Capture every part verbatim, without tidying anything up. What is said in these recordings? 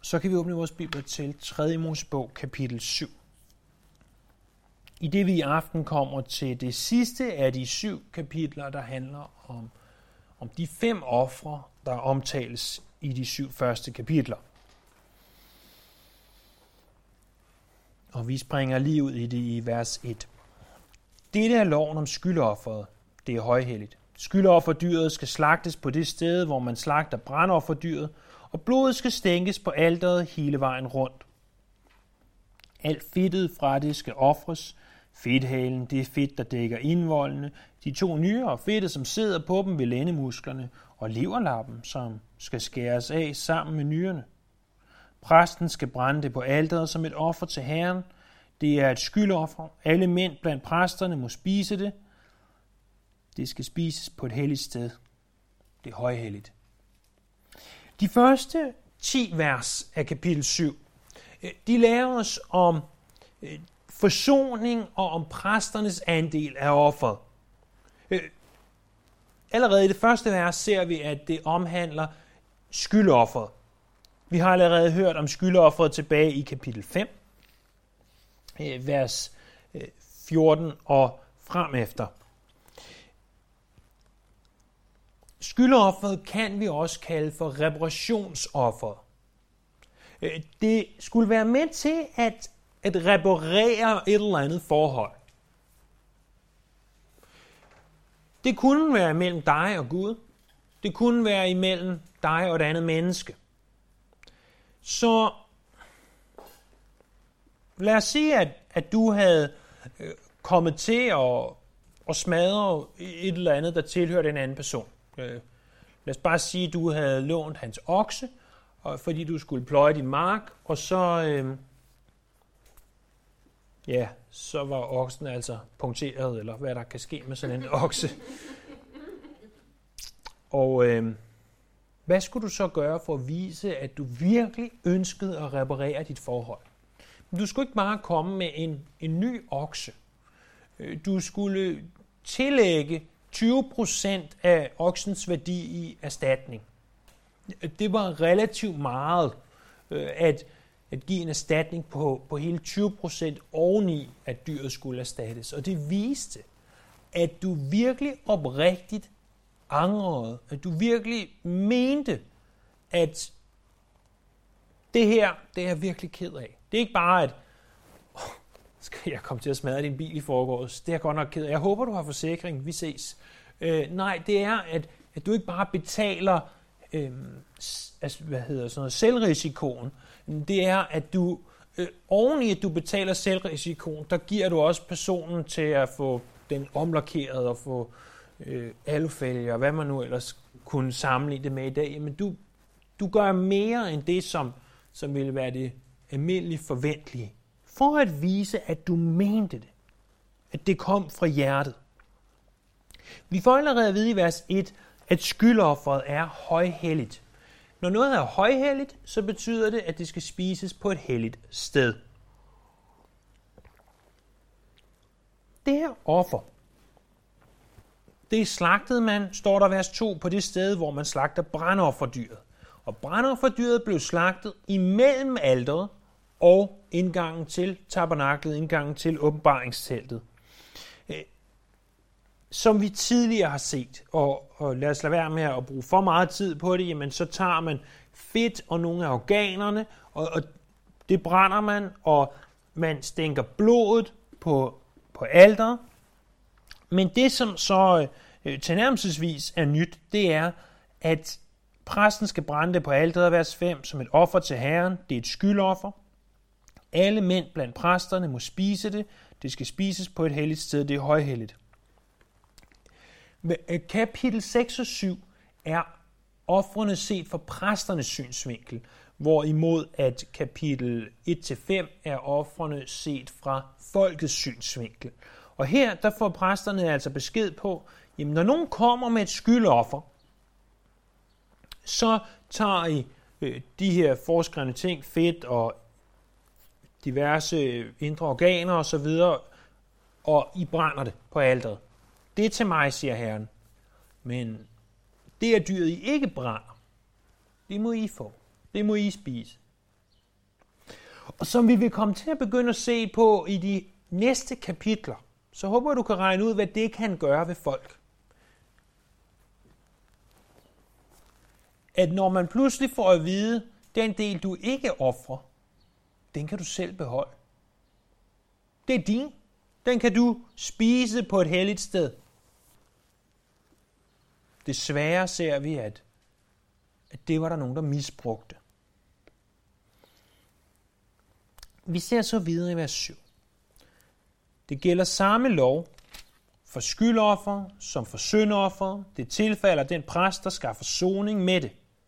så kan vi åbne vores bibler til tredje Mosebog, kapitel syv. I det vi i aften kommer til det sidste af de syv kapitler, der handler om, om de fem ofre, der omtales i de syv første kapitler. Og vi springer lige ud i det i vers et. Dette er loven om skyldofferet. Det er højhelligt. Skyldofferdyret skal slagtes på det sted, hvor man slagter brandofferdyret, og blodet skal stænkes på alteret hele vejen rundt. Alt fedtet fra det skal ofres. Fedthalen, det er fedt, der dækker indvoldene, de to nyrer og fedtet, som sidder på dem ved lændemusklerne, og leverlappen, som skal skæres af sammen med nyrerne. Præsten skal brænde det på alteret som et offer til Herren. Det er et skyldoffer. Alle mænd blandt præsterne må spise det. Det skal spises på et helligt sted. Det er højhelligt. De første ti vers af kapitel syv, de lærer os om forsoning og om præsternes andel af offeret. Allerede i det første vers ser vi, at det omhandler skyldofferet. Vi har allerede hørt om skyldofferet tilbage i kapitel fem, vers fjorten og fremefter. Skyldofferet kan vi også kalde for reparationsofferet. Det skulle være med til at, at reparere et eller andet forhold. Det kunne være mellem dig og Gud. Det kunne være imellem dig og et andet menneske. Så lad os sige, at, at du havde kommet til at, at smadre et eller andet, der tilhørte en anden person. Lad os bare sige, at du havde lånt hans okse, fordi du skulle pløje din mark, og så, øh, ja, så var oksen altså punkteret, eller hvad der kan ske med sådan en okse. Og øh, hvad skulle du så gøre for at vise, at du virkelig ønskede at reparere dit forhold? Du skulle ikke bare komme med en, en ny okse. Du skulle tillægge tyve procent af oksens værdi i erstatning. Det var relativt meget at, at give en erstatning på, på hele tyve procent oveni, at dyret skulle erstattes. Og det viste, at du virkelig oprigtigt angrede, at du virkelig mente, at det her, det er jeg virkelig ked af. Det er ikke bare, at oh, skal jeg komme til at smadre din bil i forgårs. Det er jeg godt nok ked af. Jeg håber, du har forsikring. Vi ses. Øh, nej, det er, at, at du ikke bare betaler øh, hvad hedder sådan noget, selvrisikoen. Det er, at du øh, oveni, at du betaler selvrisikoen, der giver du også personen til at få den omlakeret og få øh, alufælger, hvad man nu ellers kunne sammenligne det med i dag. Jamen, du, du gør mere end det, som, som ville være det almindeligt forventelige, for at vise, at du mente det. At det kom fra hjertet. Vi får allerede at vide i vers et, at skyldofferet er højhelligt. Når noget er højhelligt, så betyder det, at det skal spises på et helligt sted. Det her offer, det slagtede man, står der vers to, på det sted, hvor man slagter brandofferdyret. Og brandofferdyret blev slagtet imellem alteret og indgangen til tabernaklet, indgangen til åbenbaringsteltet. Som vi tidligere har set, og, og lad os lade være med at bruge for meget tid på det, jamen så tager man fedt og nogle af organerne, og, og det brænder man, og man stænker blodet på, på alteret. Men det, som så øh, tilnærmelsesvis er nyt, det er, at præsten skal brænde det på alteret, vers fem, som et offer til Herren. Det er et skyldoffer. Alle mænd blandt præsterne må spise det. Det skal spises på et helligt sted. Det er højhelligt. Kapitel seks og syv er ofrene set fra præsternes synsvinkel, hvorimod at kapitel et til fem er ofrene set fra folkets synsvinkel. Og her der får præsterne altså besked på, jamen når nogen kommer med et skyldoffer, så tager I øh, de her forskrevne ting, fedt og diverse indre organer osv., og I brænder det på alteret. Det er til mig, siger Herren. Men det er dyret, I ikke brænder. Det må I få. Det må I spise. og som vi vil komme til at begynde at se på i de næste kapitler, så håber jeg, du kan regne ud, hvad det kan gøre ved folk. At når man pludselig får at vide, den del, du ikke offrer, den kan du selv beholde. Det er din. Den kan du spise på et helligt sted. Desværre ser vi, at, at det var der nogen, der misbrugte. Vi ser så videre i vers syv. Det gælder samme lov for skyldoffer som for syndoffer. Det tilfalder den præst, der skaffer soning med det.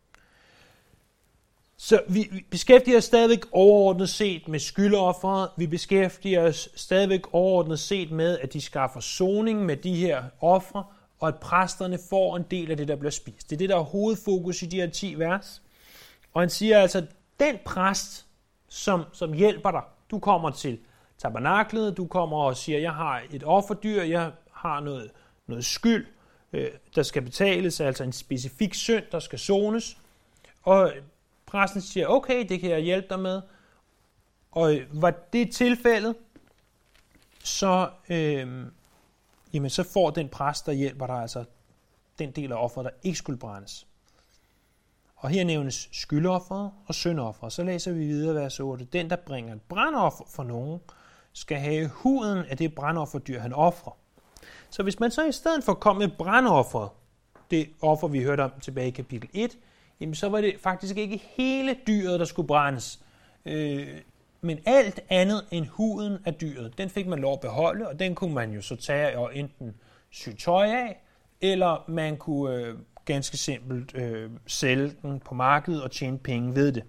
Så vi beskæftiger os stadigvæk overordnet set med skyldofferet. Vi beskæftiger os stadigvæk overordnet set med, at de skaffer soning med de her ofre, og at præsterne får en del af det, der bliver spist. Det er det, der er hovedfokus i de her ti vers. Og han siger altså, at den præst, som, som hjælper dig, du kommer til tabernaklet, du kommer og siger, jeg har et offerdyr, jeg har noget, noget skyld, øh, der skal betales, altså en specifik synd, der skal sones. Og præsten siger, okay, det kan jeg hjælpe dig med. Og var det tilfældet, så, øh, jamen, så får den præst, der hjælper dig, altså den del af offeret, der ikke skulle brændes. Og her nævnes skyldofferet og syndofferet. Så læser vi videre vers otte. Den, der bringer et brandoffer for nogen, skal have huden af det brandofferdyr, han offrer. Så hvis man så i stedet for kom med brandofferet, det offer, vi hørte om tilbage i kapitel et, jamen så var det faktisk ikke hele dyret, der skulle brændes, øh, men alt andet end huden af dyret. Den fik man lov at beholde, og den kunne man jo så tage og enten sy tøj af, eller man kunne øh, ganske simpelt øh, sælge den på markedet og tjene penge ved det.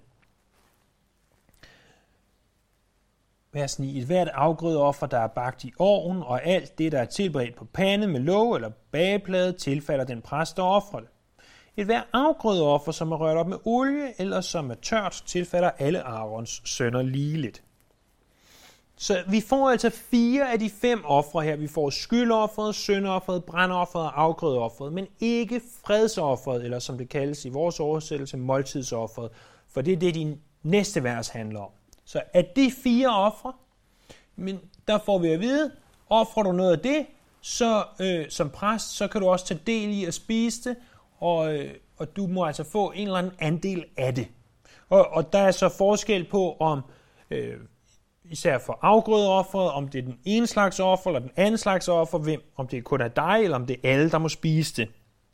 Vers ni. Et hvert afgrødeoffer, der er bagt i ovnen, og alt det, der er tilberedt på pande med låg eller bageplade, tilfalder den præst, der offrer det. Et hvert afgrødeoffer, som er rørt op med olie, eller som er tørt, tilfalder alle Aarons sønner ligeligt. Så vi får altså fire af de fem ofre her. Vi får skyldofferet, syndofferet, brandofferet og afgrødeofferet, men ikke fredsofferet, eller som det kaldes i vores oversættelse, måltidsofferet, for det er det, din næste vers handler om. Så af de fire ofre, men der får vi at vide, offrer du noget af det, så øh, som præst, så kan du også tage del i at spise det, og, øh, og du må altså få en eller anden andel af det. Og, og der er så forskel på, om øh, især for afgrødeofferet, om det er den ene slags offer, eller den anden slags offer, hvem, om det kun er dig, eller om det er alle, der må spise det.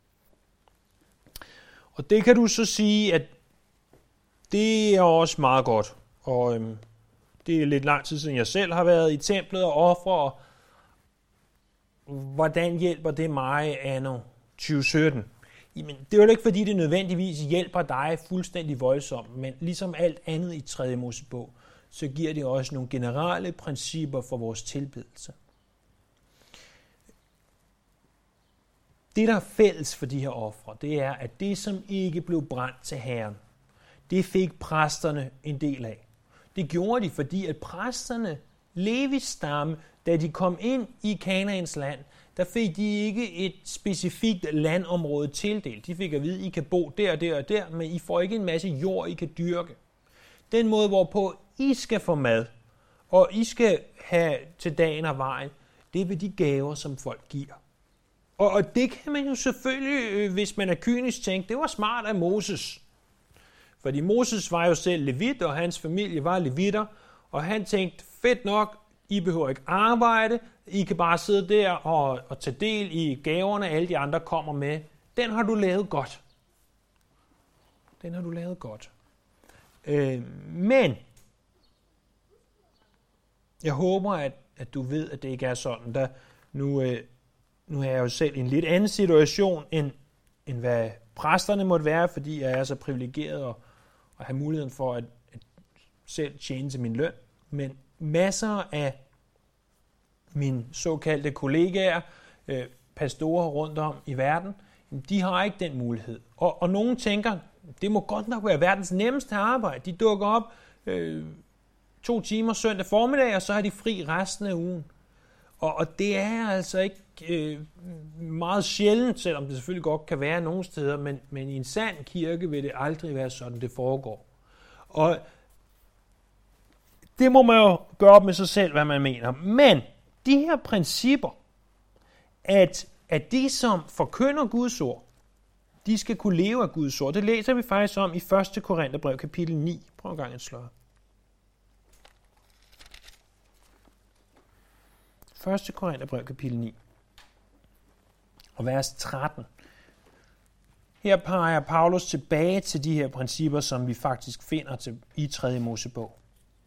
Og det kan du så sige, at det er også meget godt. Og øhm, det er lidt lang tid siden, jeg selv har været i templet og ofre, og hvordan hjælper det mig anno tyve sytten? Jamen, det er jo ikke, fordi det nødvendigvis hjælper dig fuldstændig voldsomt, men ligesom alt andet i tredje Mosebog, så giver det også nogle generelle principper for vores tilbedelse. Det, der er fælles for de her ofre, det er, at det, som ikke blev brændt til Herren, det fik præsterne en del af. Det gjorde de, fordi at præsterne, Levis stamme, da de kom ind i Kanaans land, der fik de ikke et specifikt landområde tildelt. De fik at vide, at I kan bo der, der og der, men I får ikke en masse jord, I kan dyrke. Den måde, hvorpå I skal få mad, og I skal have til dagen og vejen, det er ved de gaver, som folk giver. Og, og det kan man jo selvfølgelig, hvis man er kynisk, tænke, det var smart af Moses. Fordi Moses var jo selv levit, og hans familie var levitter, og han tænkte, fedt nok, I behøver ikke arbejde, I kan bare sidde der og, og tage del i gaverne, alle de andre kommer med. Den har du lavet godt. Den har du lavet godt. Øh, men, jeg håber, at, at du ved, at det ikke er sådan. Der, nu, øh, nu er jeg jo selv i en lidt anden situation, end, end hvad præsterne måtte være, fordi jeg er så privilegeret og, og have muligheden for at, at selv tjene til min løn. Men masser af mine såkaldte kollegaer, øh, pastorer rundt om i verden, de har ikke den mulighed. Og, og nogen tænker, det må godt nok være verdens nemmeste arbejde. De dukker op øh, to timer søndag formiddag, og så har de fri resten af ugen. Og, og det er altså ikke øh, meget sjældent, selvom det selvfølgelig godt kan være nogle steder, men, men i en sand kirke vil det aldrig være sådan, det foregår. Og det må man jo gøre op med sig selv, hvad man mener. Men de her principper, at, at de, som forkynder Guds ord, de skal kunne leve af Guds ord, det læser vi faktisk om i første Korintherbrev, kapitel ni. Prøv en gang at slå. første Korintherbrev, kapitel ni, og vers tretten. Her peger Paulus tilbage til de her principper, som vi faktisk finder til, i tredje Mosebog.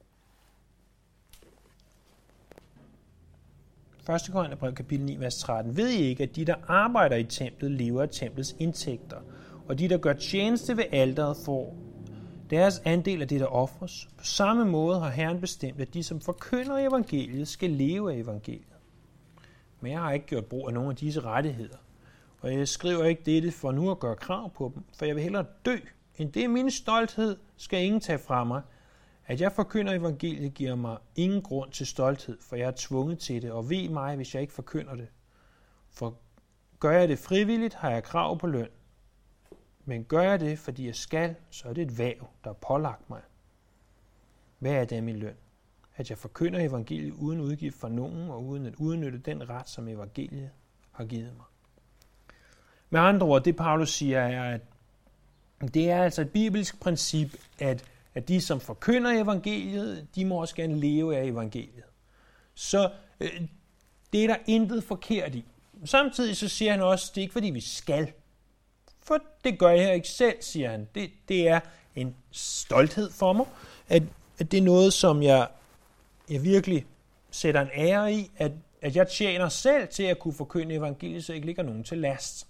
første Korintherbrev, kapitel ni, vers tretten. Ved I ikke, at de, der arbejder i templet, lever af templets indtægter, og de, der gør tjeneste ved alteret, får deres andel af det, der ofres? På samme måde har Herren bestemt, at de, som forkynder evangeliet, skal leve af evangeliet. Men jeg har ikke gjort brug af nogle af disse rettigheder, og jeg skriver ikke dette for nu at gøre krav på dem, for jeg vil hellere dø, end det min stolthed skal ingen tage fra mig. At jeg forkynder evangeliet giver mig ingen grund til stolthed, for jeg er tvunget til det, og ved mig, hvis jeg ikke forkynder det. For gør jeg det frivilligt, har jeg krav på løn. Men gør jeg det, fordi jeg skal, så er det et hverv, der er pålagt mig. Hvad er det min løn? At jeg forkynder evangeliet uden udgift for nogen, og uden at udnytte den ret, som evangeliet har givet mig. Med andre ord, det Paulus siger, er, at det er altså et bibelsk princip, at, at de, som forkynder evangeliet, de må også gerne leve af evangeliet. Så øh, det er der intet forkert i. Samtidig så siger han også, det er ikke fordi vi skal. For det gør jeg ikke selv, siger han. Det, det er en stolthed for mig, at, at det er noget, som jeg, jeg virkelig sætter en ære i, at, at jeg tjener selv til at kunne forkynde evangeliet, så ikke ligger nogen til last.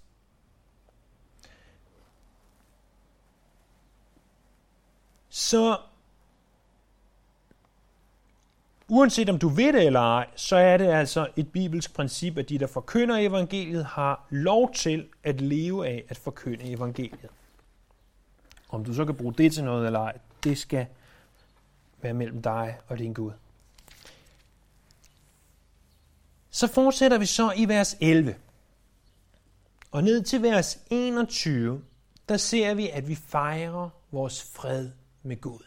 Så uanset om du ved det eller ej, så er det altså et bibelsk princip, at de, der forkynder evangeliet, har lov til at leve af at forkynde evangeliet. Om du så kan bruge det til noget eller ej, det skal være mellem dig og din Gud. Så fortsætter vi så i vers elleve. Og ned til vers enogtyve, der ser vi, at vi fejrer vores fred med Gud.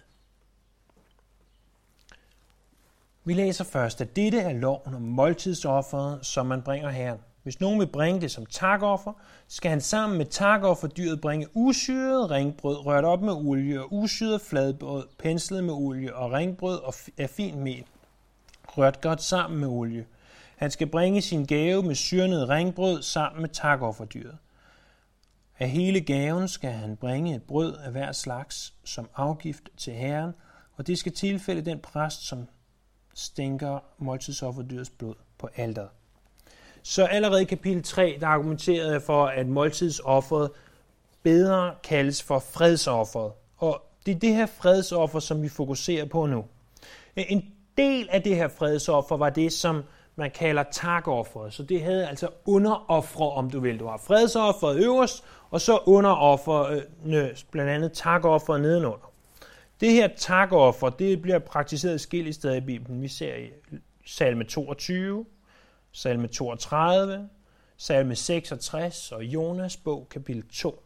Vi læser først, at dette er loven om måltidsofferet, som man bringer Herren. Hvis nogen vil bringe det som takoffer, skal han sammen med takofferdyret bringe usyret ringbrød, rørt op med olie, og usyret fladbrød, penslet med olie, og ringbrød af fint mel, rørt godt sammen med olie. Han skal bringe sin gave med syrnet ringbrød sammen med takofferdyret. Af hele gaven skal han bringe et brød af hver slags som afgift til Herren, og det skal tilfælde den præst, som stænker måltidsofferdyrets blod på alteret. Så allerede i kapitel tre, der argumenterede jeg for, at måltidsofferet bedre kaldes for fredsofferet. Og det er det her fredsoffer, som vi fokuserer på nu. En del af det her fredsoffer var det, som man kalder takofferet. Så det havde altså underoffre, om du vil. Du har fredsofferet øverst, og så underofferne, blandt andet takofferet nedenunder. Det her takoffer, det bliver praktiseret forskellige steder i Bibelen. Vi ser i salme toogtyve, salme toogtredive, salme seksogtres og Jonas bog, kapitel to.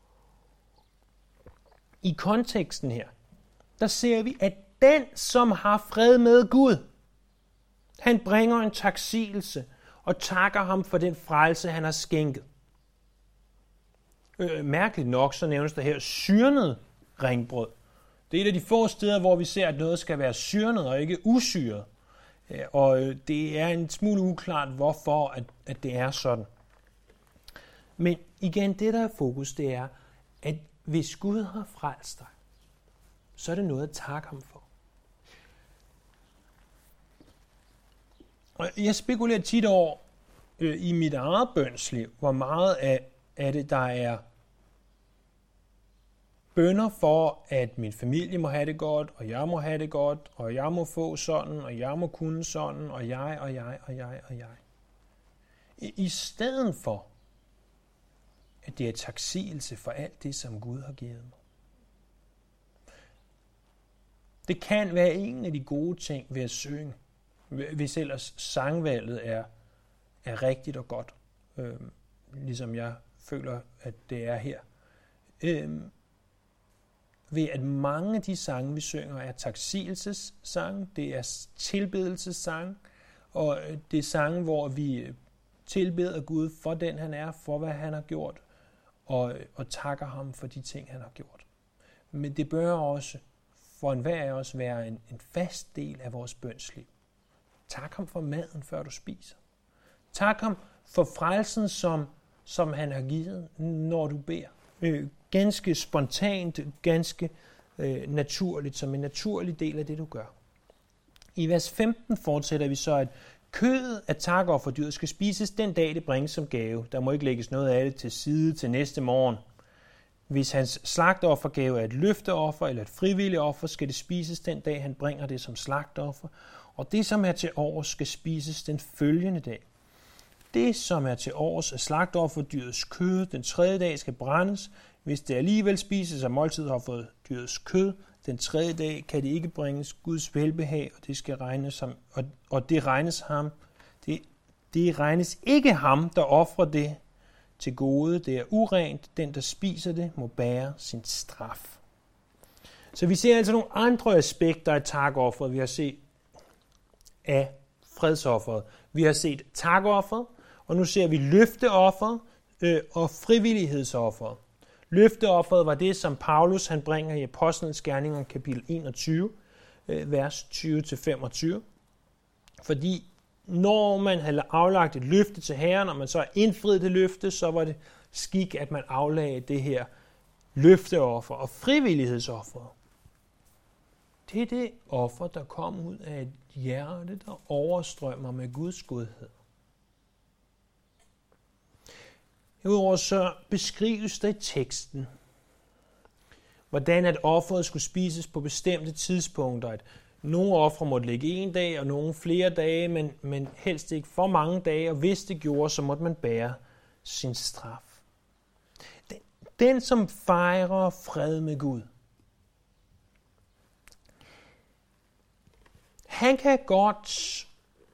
I konteksten her, der ser vi, at den, som har fred med Gud, han bringer en taksigelse og takker ham for den frelse, han har skænket. Øh, mærkeligt nok, så nævnes der her syrnet ringbrød. Det er et af de få steder, hvor vi ser, at noget skal være syrnet og ikke usyret. Og det er en smule uklart, hvorfor at, at det er sådan. Men igen, det der er fokus, det er, at hvis Gud har frelst dig, så er det noget at takke ham for. Og jeg spekulerer tit over øh, i mit eget bønsliv, hvor meget af, af det, der er bønner for, at min familie må have det godt, og jeg må have det godt, og jeg må få sådan, og jeg må kunne sådan, og jeg, og jeg, og jeg, og jeg. I, i stedet for, at det er taksigelse for alt det, som Gud har givet mig. Det kan være en af de gode ting ved at synge, hvis ellers sangvalget er, er rigtigt og godt, øh, ligesom jeg føler, at det er her. Øh, ved, at mange af de sange, vi synger, er taksigelsessange, det er tilbedelsessange, og det er sange, hvor vi tilbeder Gud for den, han er, for hvad han har gjort, og, og takker ham for de ting, han har gjort. Men det bør også for enhver af os være en, en fast del af vores bønsliv. Tak ham for maden, før du spiser. Tak ham for frelsen, som, som han har givet, når du beder. Øh, ganske spontant, ganske øh, naturligt, som en naturlig del af det, du gør. I vers femten fortsætter vi så, at kødet af takofferdyret skal spises den dag, det bringes som gave. Der må ikke lægges noget af det til side til næste morgen. Hvis hans slagtoffergave er et løfteoffer eller et frivilligt offer, skal det spises den dag, han bringer det som slagtoffer. Og det, som er til års, skal spises den følgende dag. Det, som er til års af slagtofferdyrets kød, den tredje dag skal brændes. Hvis det alligevel spises af måltidsofferdyrets kød, den tredje dag kan det ikke bringes Guds velbehag, og det skal regnes ham, og, og det regnes ham. Det, det regnes ikke ham, der ofrer det til gode. Det er urent. Den, der spiser det, må bære sin straf. Så vi ser altså nogle andre aspekter af takofferet. Vi har set af fredsofferet. Vi har set takofferet, og nu ser vi løfteofferet øh, og frivillighedsofferet. Løfteofferet var det, som Paulus han bringer i Apostlenes Gerninger kapitel enogtyve, øh, vers tyve til femogtyve. Fordi når man havde aflagt et løfte til Herren, og man så indfriede det løfte, så var det skik, at man aflagde det her løfteoffer og frivillighedsofferet. Det er det offer, der kom ud af et hjerte, der overstrømmer med Guds godhed. Herudover så beskrives der i teksten, hvordan at offeret skulle spises på bestemte tidspunkter. At nogle ofre måtte ligge en dag, og nogle flere dage, men, men helst ikke for mange dage, og hvis det gjorde, så måtte man bære sin straf. Den, den som fejrer fred med Gud, han kan godt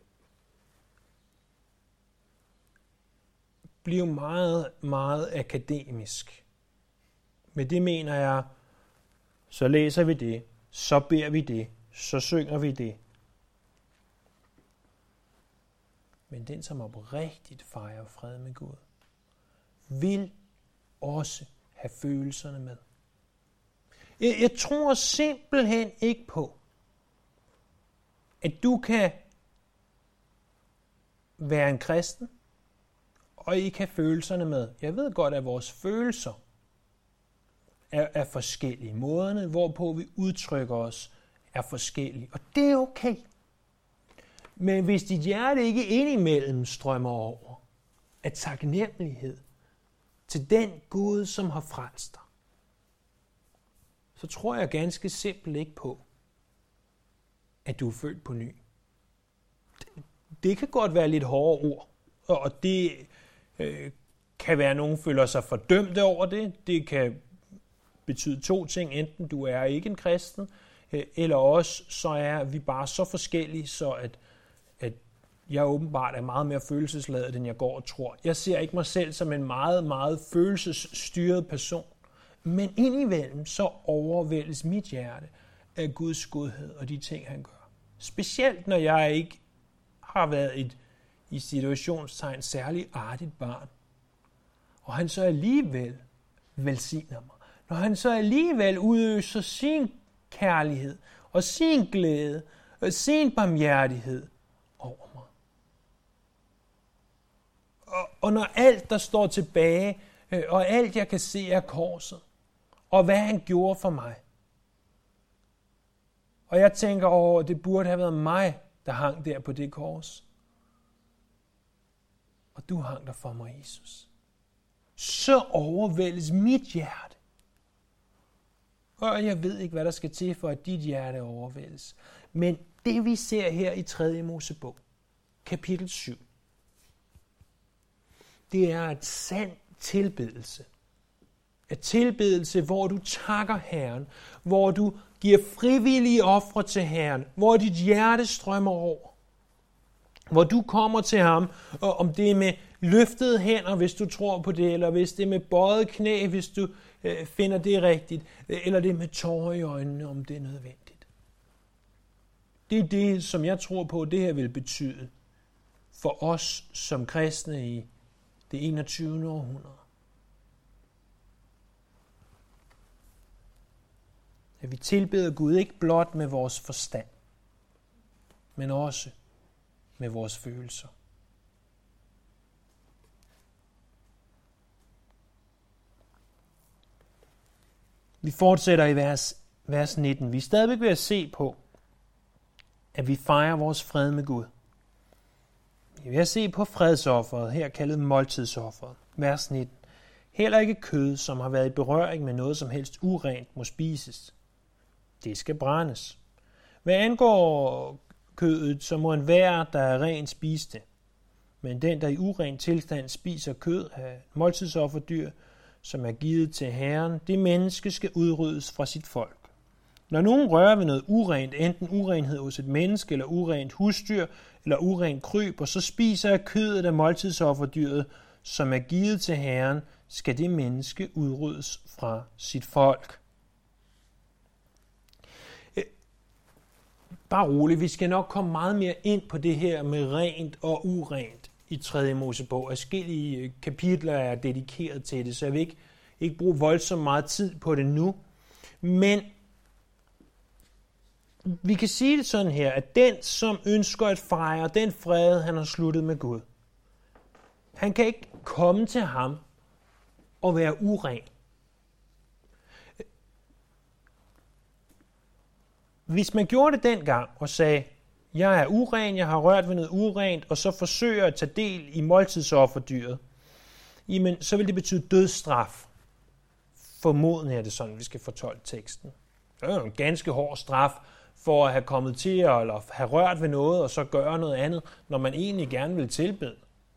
blive meget, meget akademisk. Med det mener jeg, så læser vi det, så beder vi det, så synger vi det. Men den, som oprigtigt fejrer fred med Gud, vil også have følelserne med. Jeg, jeg tror simpelthen ikke på, at du kan være en kristen, og ikke have følelserne med. Jeg ved godt, at vores følelser er, er forskellige. Måderne, hvorpå vi udtrykker os, er forskellige. Og det er okay. Men hvis dit hjerte ikke indimellem strømmer over af taknemmelighed til den Gud, som har frelst dig, så tror jeg ganske simpelt ikke på, at du er født på ny. Det, det kan godt være lidt hårde ord, og det øh, kan være, at nogen føler sig fordømte over det. Det kan betyde to ting. Enten du er ikke en kristen, øh, eller også så er vi bare så forskellige, så at, at jeg åbenbart er meget mere følelsesladet, end jeg går og tror. Jeg ser ikke mig selv som en meget, meget følelsesstyret person. Men indimellem så overvældes mit hjerte af Guds godhed og de ting, han gør. Specielt når jeg ikke har været et i situationstegn særligt artigt barn. Og han så alligevel velsigner mig. Når han så alligevel udøser sin kærlighed og sin glæde og sin barmhjertighed over mig. Og, og når alt, der står tilbage, og alt, jeg kan se, er korset, og hvad han gjorde for mig. Og jeg tænker over, det burde have været mig, der hang der på det kors. Og du hang der for mig, Jesus. Så overvældes mit hjerte. Og jeg ved ikke, hvad der skal til, for at dit hjerte overvældes. Men det vi ser her i tredje Mosebog, kapitel syv, det er et sand tilbedelse. Et tilbedelse, hvor du takker Herren, hvor du giver frivillige ofre til Herren, hvor dit hjerte strømmer over. Hvor du kommer til ham, og om det er med løftede hænder, hvis du tror på det, eller hvis det er med bøjet knæ, hvis du øh, finder det rigtigt, eller det er med tårer i øjnene, om det er nødvendigt. Det er det, som jeg tror på, det her vil betyde for os som kristne i det enogtyvende århundrede. At vi tilbeder Gud ikke blot med vores forstand, men også med vores følelser. Vi fortsætter i vers, vers nitten. Vi er stadigvæk ved at se på, at vi fejrer vores fred med Gud. Vi er ved at se på fredsofferet, her kaldet måltidsofferet. Vers nitten. Heller ikke kød, som har været i berøring med noget som helst urent, må spises. Det skal brændes. Hvad angår kødet, så må enhver, der er ren, spise det. Men den, der i uren tilstand spiser kød af måltidsofferdyr, som er givet til Herren, det menneske skal udryddes fra sit folk. Når nogen rører ved noget urent, enten urenhed hos et menneske, eller urent husdyr, eller urent kryb, og så spiser af kødet af måltidsofferdyret, som er givet til Herren, skal det menneske udryddes fra sit folk. Bare roligt, vi skal nok komme meget mere ind på det her med rent og urent i tredje Mosebog. Adskillige kapitler er dedikeret til det, så jeg vil ikke, ikke bruge voldsomt meget tid på det nu. Men vi kan sige det sådan her, at den, som ønsker at fejre den fred, han har sluttet med Gud, han kan ikke komme til ham og være uren. Hvis man gjorde det dengang og sagde, jeg er uren, jeg har rørt ved noget urent, og så forsøger at tage del i måltidsofferdyret, jamen, så vil det betyde dødsstraf. Formodentlig er det sådan, vi skal fortolke teksten. Det er jo en ganske hård straf for at have kommet til at eller have rørt ved noget, og så gøre noget andet, når man egentlig gerne vil tilbede.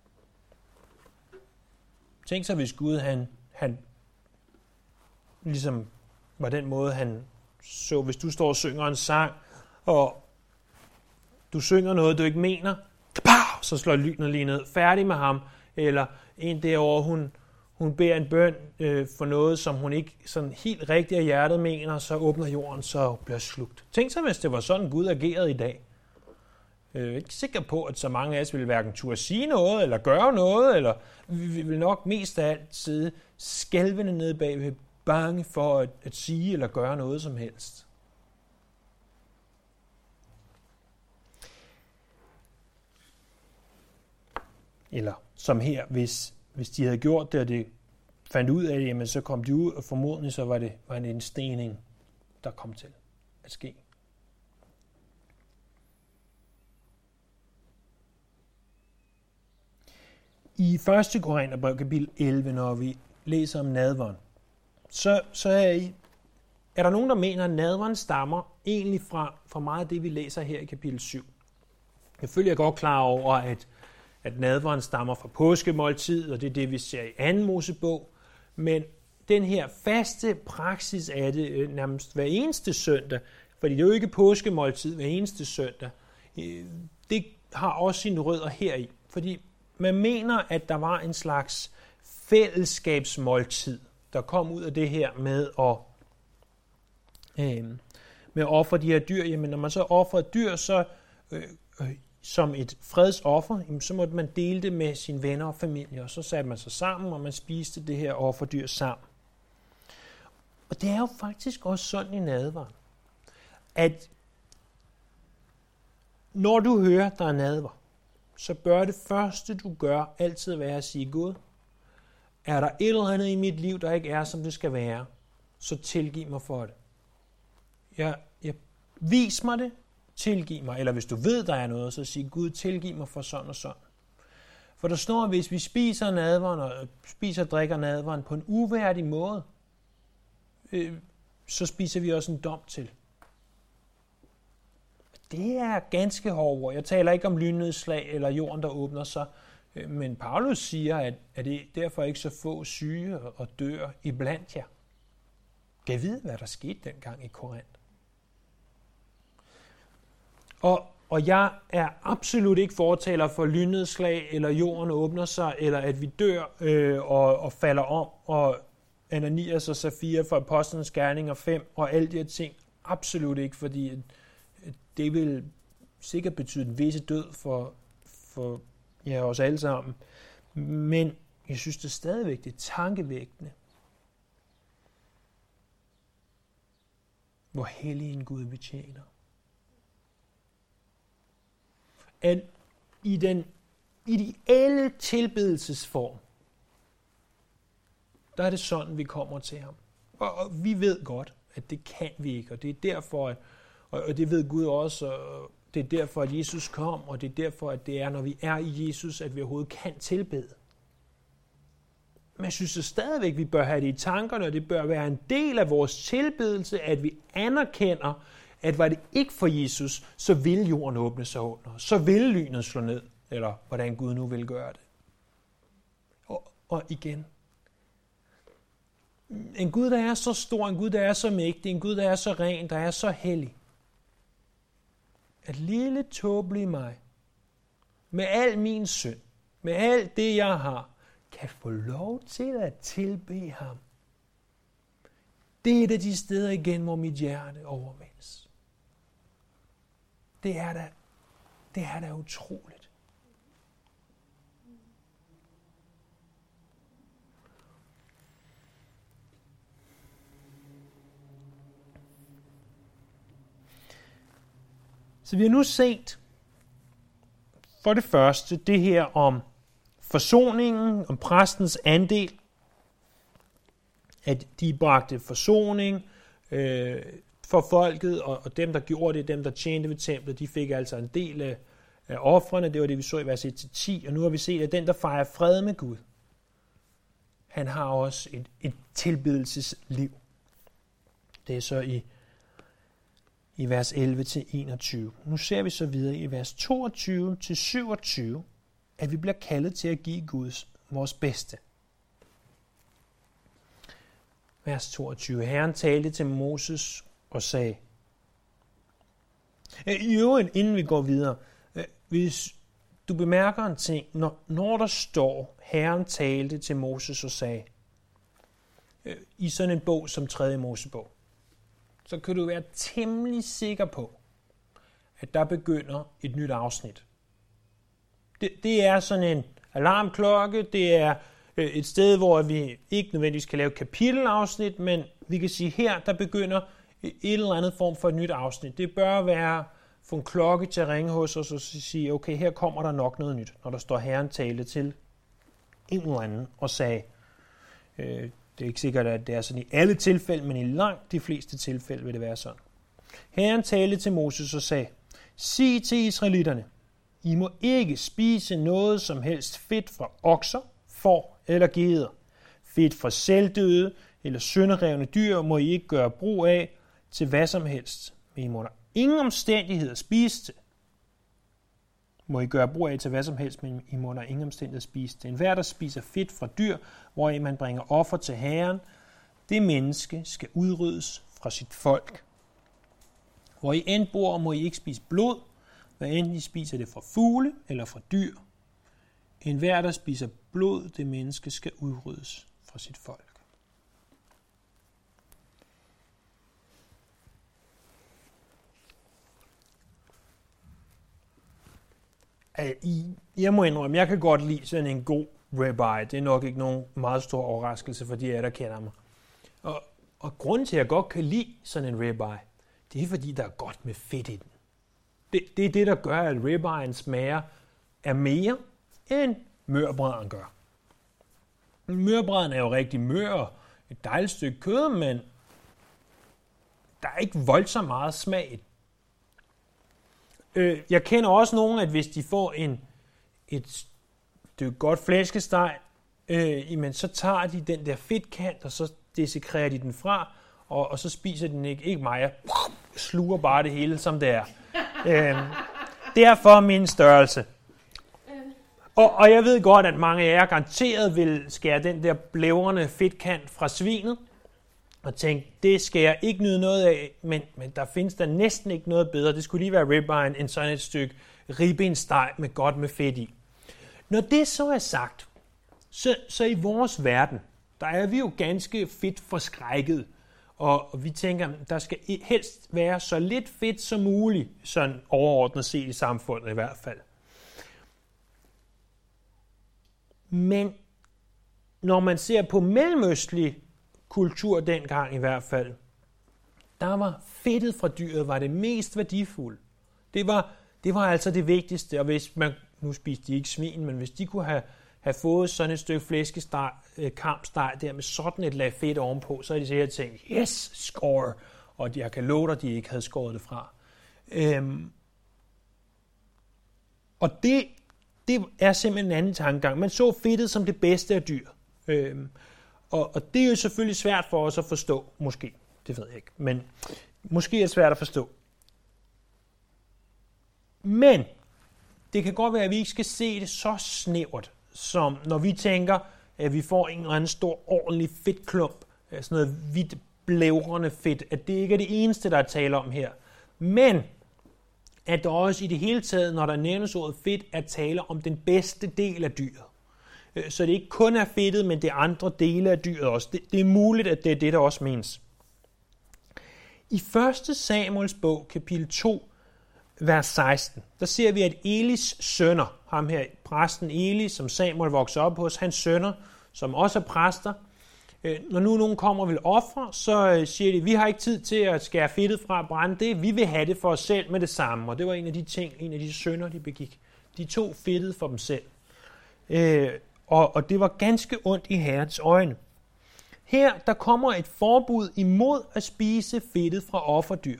Tænk så, hvis Gud, han, han ligesom var den måde, han så, hvis du står og synger en sang, og du synger noget, du ikke mener, så slår lynet lige ned, færdig med ham, eller en derovre, hun, hun beder en bøn øh, for noget, som hun ikke sådan helt rigtigt af hjertet mener, så åbner jorden, så bliver slugt. Tænk så, hvis det var sådan, Gud agerede i dag. Jeg er ikke sikker på, at så mange af os ville hverken turde sige noget, eller gøre noget, eller vi vil nok mest af alt sidde skælvende nede bagved, bange for at, at sige eller gøre noget som helst. Eller som her, hvis, hvis de havde gjort det, og det fandt ud af det, jamen, så kom de ud, og formodentlig så var det var en stening, der kom til at ske. I første Korintherbrev, kapitel elleve, når vi læser om nadveren, så, så er, I, er der nogen, der mener, at nadveren stammer egentlig fra, fra meget af det, vi læser her i kapitel syv. Jeg føler jeg godt klar over, at, at nadveren stammer fra påskemåltid, og det er det, vi ser i anden Mosebog. Men den her faste praksis af det nærmest hver eneste søndag, fordi det er jo ikke påskemåltid hver eneste søndag, det har også sine rødder heri. Fordi man mener, at der var en slags fællesskabsmåltid, der kom ud af det her med at, øh, med at ofre de her dyr. Jamen, når man så offrede dyr, så øh, øh, som et fredsoffer, jamen, så måtte man dele det med sine venner og familie, og så satte man sig sammen, og man spiste det her offerdyr sammen. Og det er jo faktisk også sådan i nadveren, at når du hører, der er nadver, så bør det første, du gør, altid være at sige, Gud, er der et eller andet i mit liv, der ikke er, som det skal være, så tilgiv mig for det. Jeg, jeg, vis mig det, tilgiv mig. Eller hvis du ved, der er noget, så sig, Gud, tilgiv mig for sådan og sådan. For der står, at hvis vi spiser nadveren, og spiser og drikker nadveren på en uværdig måde, øh, så spiser vi også en dom til. Det er ganske hårdt ord. Jeg taler ikke om lynnedslag eller jorden, der åbner sig. Men Paulus siger, at, at det derfor ikke så få syge og dør iblandt jer. Kan I vide, hvad der skete dengang i Korinth? Og, Og jeg er absolut ikke fortaler for lynnedslag, eller jorden åbner sig, eller at vi dør øh, og, og falder om, og Ananias og Safira for Apostlenes Gerninger fem, og alle de her ting. Absolut ikke, fordi det vil sikkert betyde en visse død for, for ja, os alle sammen. Men jeg synes, det er stadigvæk det er tankevækkende, hvor hellig en Gud vi tjener. At i den ideelle tilbedelsesform, der er det sådan, vi kommer til ham. Og, og vi ved godt, at det kan vi ikke, og det er derfor, at, og, og det ved Gud også, og det er derfor, at Jesus kom, og det er derfor, at det er, når vi er i Jesus, at vi overhovedet kan tilbede. Men jeg synes det stadigvæk, vi bør have det i tankerne, og det bør være en del af vores tilbedelse, at vi anerkender, at var det ikke for Jesus, så ville jorden åbne sig under, så ville lynet slå ned, eller hvordan Gud nu vil gøre det. Og, og igen, en Gud, der er så stor, en Gud, der er så mægtig, en Gud, der er så ren, der er så hellig, at lille tåbelige mig, med al min synd, med alt det, jeg har, kan få lov til at tilbede ham. Det er et af de steder igen, hvor mit hjerte overvældes. Det er da, det er da utroligt. Så vi har nu set for det første det her om forsoningen, om præstens andel, at de bragte forsoning øh, for folket, og, og dem, der gjorde det, dem, der tjente ved templet, de fik altså en del af, af ofrene. Det var det, vi så i vers et til ti, og nu har vi set, at den, der fejrer fred med Gud, han har også et, et tilbedelsesliv. Det er så i, i vers elleve til enogtyve. Nu ser vi så videre i vers toogtyve til syvogtyve, at vi bliver kaldet til at give Guds vores bedste. Vers toogtyve. Herren talte til Moses og sagde. I øvrigt, inden vi går videre, hvis du bemærker en ting, når, når der står, Herren talte til Moses og sagde, i sådan en bog som tredje Mosebog, så kan du være temmelig sikker på, at der begynder et nyt afsnit. Det, det er sådan en alarmklokke, det er et sted, hvor vi ikke nødvendigvis kan lave et kapitelafsnit, men vi kan sige, her der begynder et eller andet form for et nyt afsnit. Det bør være få en klokke til at ringe hos os og sige, okay, her kommer der nok noget nyt, når der står Herren tale til en eller anden og sagde, øh, det er ikke sikkert, at det er sådan i alle tilfælde, men i langt de fleste tilfælde vil det være sådan. Herren talte til Moses og sagde, sig til israelitterne, I må ikke spise noget som helst fedt fra okser, får eller geder. Fedt fra selvdøde eller synderevne dyr må I ikke gøre brug af til hvad som helst. Men I må der ingen omstændigheder spise det. Må I gøre brug af til hvad som helst, men I må der ingen omstændigheder spise det. Enhver, der spiser fedt fra dyr, hvor man bringer offer til Herren, det menneske skal udryddes fra sit folk. Hvor I end bor, må I ikke spise blod, hvad enten I spiser det fra fugle eller fra dyr. Enhver, der spiser blod, det menneske skal udryddes fra sit folk. Jeg må indrømme, jeg kan godt lide sådan en god ribeye. Det er nok ikke nogen meget stor overraskelse for de af jer, der kender mig. Og, og grunden til, at jeg godt kan lide sådan en ribeye, det er fordi, der er godt med fedt i den. Det, det er det, der gør, at ribbeyen smager af mere, end mørbraden gør. Mørbraden er jo rigtig mør, et dejligt stykke kød, men der er ikke voldsomt meget smag i den. Jeg kender også nogen, at hvis de får en, et stykke godt flæskesteg, øh, men så tager de den der fedtkant, og så dessekrerer de den fra, og, og så spiser den ikke. Ikke mig, jeg sluger bare det hele, som det er. øh, derfor min størrelse. Og, og jeg ved godt, at mange af jer garanteret vil skære den der blævrende fedtkant fra svinet, og tænkte, det skal jeg ikke nyde noget af, men, men der findes der næsten ikke noget bedre. Det skulle lige være ribeye end sådan et stykke ribbensteg med godt med fedt i. Når det så er sagt, så, så i vores verden, der er vi jo ganske fedt forskrækket, og, og vi tænker, der skal helst være så lidt fedt som muligt, sådan overordnet set i samfundet i hvert fald. Men når man ser på mellemøstlig kultur dengang i hvert fald, der var fedtet fra dyret var det mest værdifulde. Det var, det var altså det vigtigste, og hvis man, nu spiste de ikke svin, men hvis de kunne have, have fået sådan et stykke flæskesteg, øh, kampsteg der med sådan et lag fedt ovenpå, så havde de sikkert tænkt, yes, score, og jeg kan love dig, de ikke havde skåret det fra. Øhm, og det, det er simpelthen en anden tankegang. Man så fedtet som det bedste af dyr. Øhm, og, og det er jo selvfølgelig svært for os at forstå, måske. Det ved jeg ikke, men måske er det svært at forstå. Men det kan godt være, at vi ikke skal se det så snævert, som når vi tænker, at vi får en eller anden stor, ordentlig fedtklump, sådan noget hvidt, blævrende fedt, at det ikke er det eneste, der er tale om her. Men at der også i det hele taget, når der nævnes ordet fedt, er tale om den bedste del af dyret. Så det ikke kun er fedtet, men det er andre dele af dyret også. Det, det er muligt, at det er det, der også menes. I første Samuels bog, kapitel to, vers seksten, der ser vi, at Elis sønner, ham her, præsten Eli, som Samuel voksede op hos, hans sønner, som også er præster, når nu nogen kommer og vil ofre, så siger de, vi har ikke tid til at skære fedtet fra og brænde det, vi vil have det for os selv med det samme. Og det var en af de ting, en af de synder, de begik. De tog fedtet for dem selv. Øh, og, og det var ganske ondt i Herrens øjne. Her der kommer et forbud imod at spise fedtet fra offerdyr.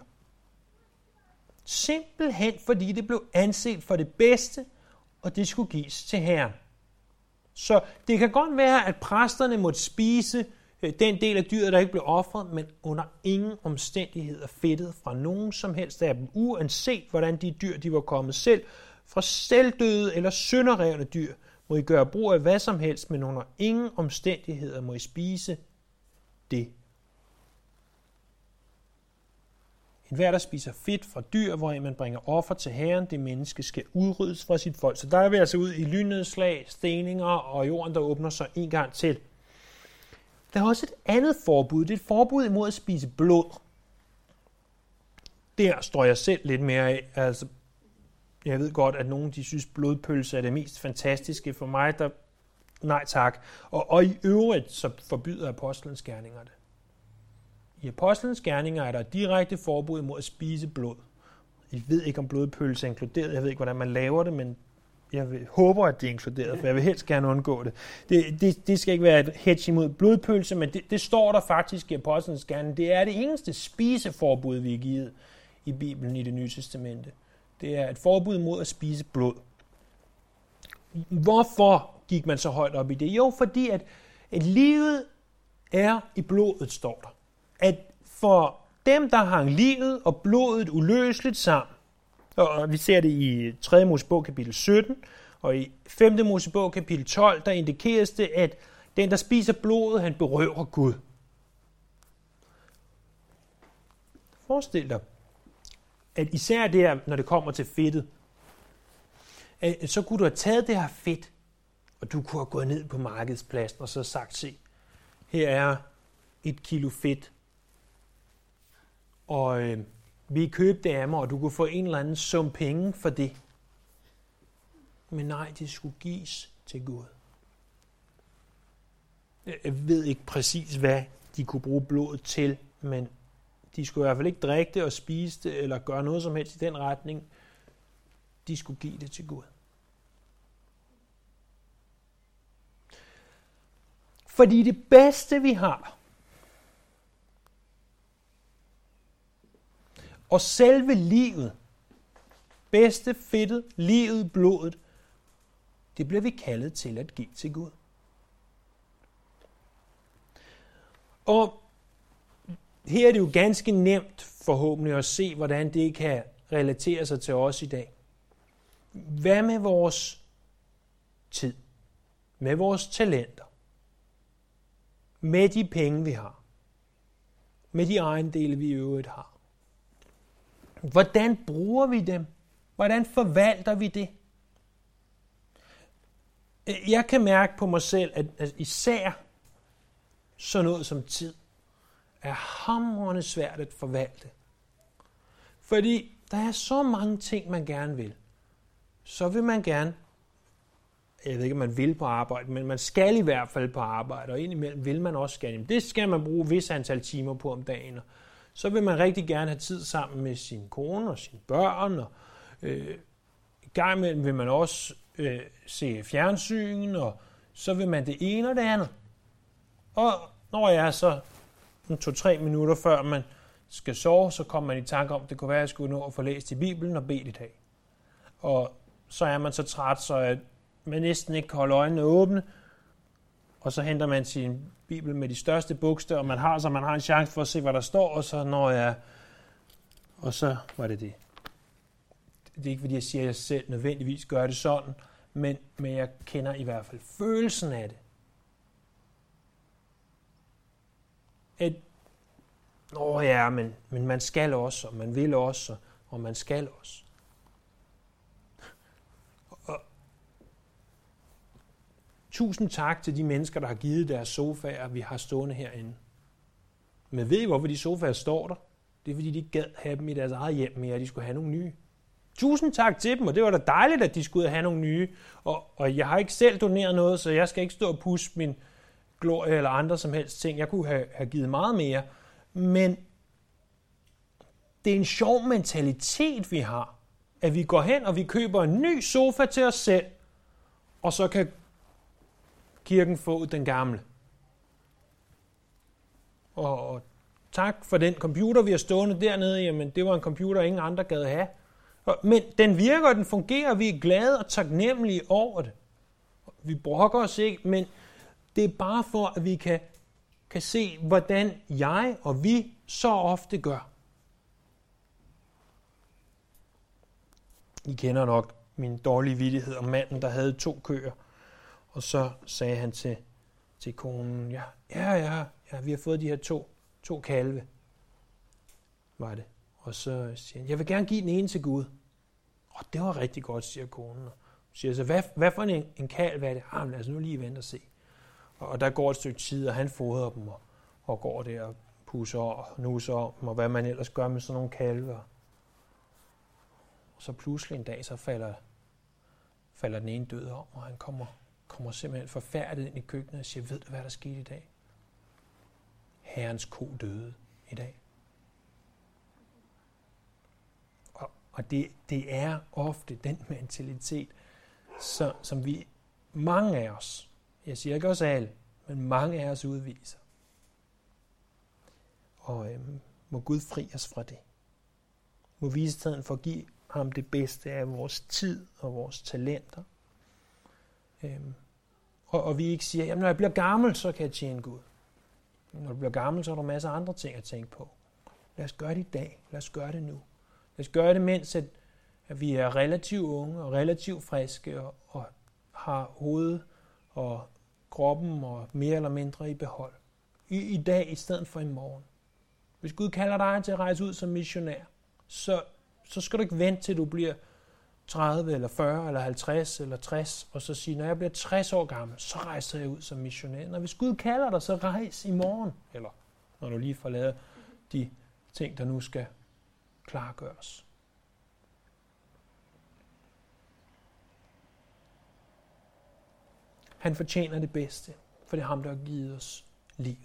Simpelthen fordi det blev anset for det bedste, og det skulle gives til Herren. Så det kan godt være, at præsterne måtte spise den del af dyret, der ikke blev ofret, men under ingen omstændigheder fedtet fra nogen som helst af dem, uanset hvordan de dyr, de var kommet selv, fra selvdøde eller synderrevne dyr, må I gøre brug af hvad som helst, men under ingen omstændigheder må I spise det. En hver, der spiser fedt fra dyr, hvor man bringer offer til Herren, det menneske skal udryddes fra sit folk. Så der er vi altså ud i lynnedslag, steninger og jorden, der åbner sig en gang til. Der er også et andet forbud. Det er et forbud imod at spise blod. Der står jeg selv lidt mere af. Altså, jeg ved godt, at nogen de synes, blodpølse er det mest fantastiske. For mig, der nej tak. Og, og i øvrigt, så forbyder apostlens gerninger det. I apostlens gerninger er der et direkte forbud imod at spise blod. Jeg ved ikke, om blodpølse er inkluderet. Jeg ved ikke, hvordan man laver det, men jeg vil, håber, at det er inkluderet, for jeg vil helst gerne undgå det. Det, det, det skal ikke være et hedge imod blodpølse, men det, det står der faktisk i apostlens gerning. Det er det eneste spiseforbud, vi er givet i Bibelen i Det Nye Testamente. Det er et forbud mod at spise blod. Hvorfor gik man så højt op i det? Jo, fordi at, at livet er i blodet, står der. At for dem, der hang livet og blodet uløseligt sammen, og vi ser det i tredje Mosebog kapitel sytten, og i femte Mosebog kapitel tolv, der indikeres det, at den, der spiser blodet, han berøver Gud. Forestil dig, at især der, når det kommer til fedtet, at så kunne du have taget det her fedt, og du kunne have gået ned på markedspladsen og så sagt, se, her er et kilo fedt, og øh, vi købte det af mig, og du kunne få en eller anden sum penge for det. Men nej, det skulle gives til Gud. Jeg ved ikke præcis, hvad de kunne bruge blodet til, men de skulle i hvert fald ikke drikke det og spise det, eller gøre noget som helst i den retning. De skulle give det til Gud. Fordi det bedste, vi har, og selve livet, bedste fedtet, livet, blodet, det bliver vi kaldet til at give til Gud. Og her er det jo ganske nemt forhåbentlig at se, hvordan det kan relatere sig til os i dag. Hvad med vores tid? Med vores talenter? Med de penge, vi har? med de ejendele, vi i øvrigt har. Hvordan bruger vi dem? Hvordan forvalter vi det? Jeg kan mærke på mig selv, at især sådan noget som tid er hamrende svært at forvalte. Fordi der er så mange ting, man gerne vil. Så vil man gerne, jeg ved ikke, om man vil på arbejde, men man skal i hvert fald på arbejde, og indimellem vil man også gerne. Det skal man bruge vis antal timer på om dagen. Så vil man rigtig gerne have tid sammen med sin kone og sine børn, og øh, i gang imellem vil man også øh, se fjernsyn, og så vil man det ene og det andet. Og når jeg er så to-tre minutter før man skal sove, så kommer man i tanke om, at det kunne være, at jeg skulle nå at få læst i Bibelen og bede i dag. Og så er man så træt, så at man næsten ikke kan holde øjnene åbne, og så henter man sin Bibel med de største bogstaver, man har, så man har en chance for at se, hvad der står, og så når jeg... Og så var det det. Det er ikke, fordi jeg siger, at jeg selv nødvendigvis gør det sådan, men, men jeg kender i hvert fald følelsen af det. At, åh ja, men, men man skal også, og man vil også, og man skal også. Og, tusind tak til de mennesker, der har givet deres sofaer, vi har stående herinde. Men ved I, hvorfor de sofaer står der? Det er, fordi de ikke gad have dem i deres eget hjem mere, og de skulle have nogle nye. Tusind tak til dem, og det var da dejligt, at de skulle have nogle nye. Og, og jeg har ikke selv doneret noget, så jeg skal ikke stå og puste min glorie eller andre som helst ting. Jeg kunne have, have givet meget mere. Men det er en sjov mentalitet, vi har. At vi går hen, og vi køber en ny sofa til os selv, og så kan kirken få den gamle. Og, og tak for den computer, vi har stående dernede. Jamen, det var en computer, ingen andre gad have. Men den virker, og den fungerer, og vi er glade og taknemmelige over det. Vi brokker os ikke, men det er bare for, at vi kan, kan se, hvordan jeg og vi så ofte gør. I kender nok min dårlige vittighed om manden, der havde to køer. Og så sagde han til, til konen, ja, ja, ja, ja, vi har fået de her to, to kalve, var det. Og så siger han, jeg vil gerne give den ene til Gud. Og det var rigtig godt, siger konen. Og siger så, hvad, hvad for en, en kalv er det? Ah, lad os nu lige vente og se. Og, og der går et stykke tid, og han fodrer dem, og, og går der og pusser og nuser om dem, og hvad man ellers gør med sådan nogle kalve. Og så pludselig en dag, så falder, falder den ene død om, og han kommer, kommer simpelthen forfærdet ind i køkkenet og siger, ved du, hvad der skete i dag? Herrens ko døde i dag. Og det, det er ofte den mentalitet, så, som vi, mange af os, jeg siger ikke også alle, men mange af os udviser. Og øhm, må Gud fri os fra det. Må visheden for at give ham det bedste af vores tid og vores talenter. Øhm, og, og vi ikke siger, jamen når jeg bliver gammel, så kan jeg tjene Gud. Når du bliver gammel, så har du masser af andre ting at tænke på. Lad os gøre det i dag. Lad os gøre det nu. Lad os gøre det, mens at, at vi er relativt unge og relativt friske og, og har hovedet og kroppen og mere eller mindre i behold. I, i dag i stedet for i morgen. Hvis Gud kalder dig til at rejse ud som missionær, så, så skal du ikke vente til du bliver tredive eller fyrre eller halvtreds eller tres, og så sige, når jeg bliver tres år gammel, så rejser jeg ud som missionær. Når hvis Gud kalder dig, så rejs i morgen. Eller når du lige får lavet de ting, der nu skal klargøres. Han fortjener det bedste, for det er ham, der har givet os livet.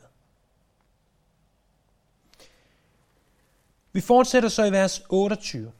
Vi fortsætter så i vers otteogtyve.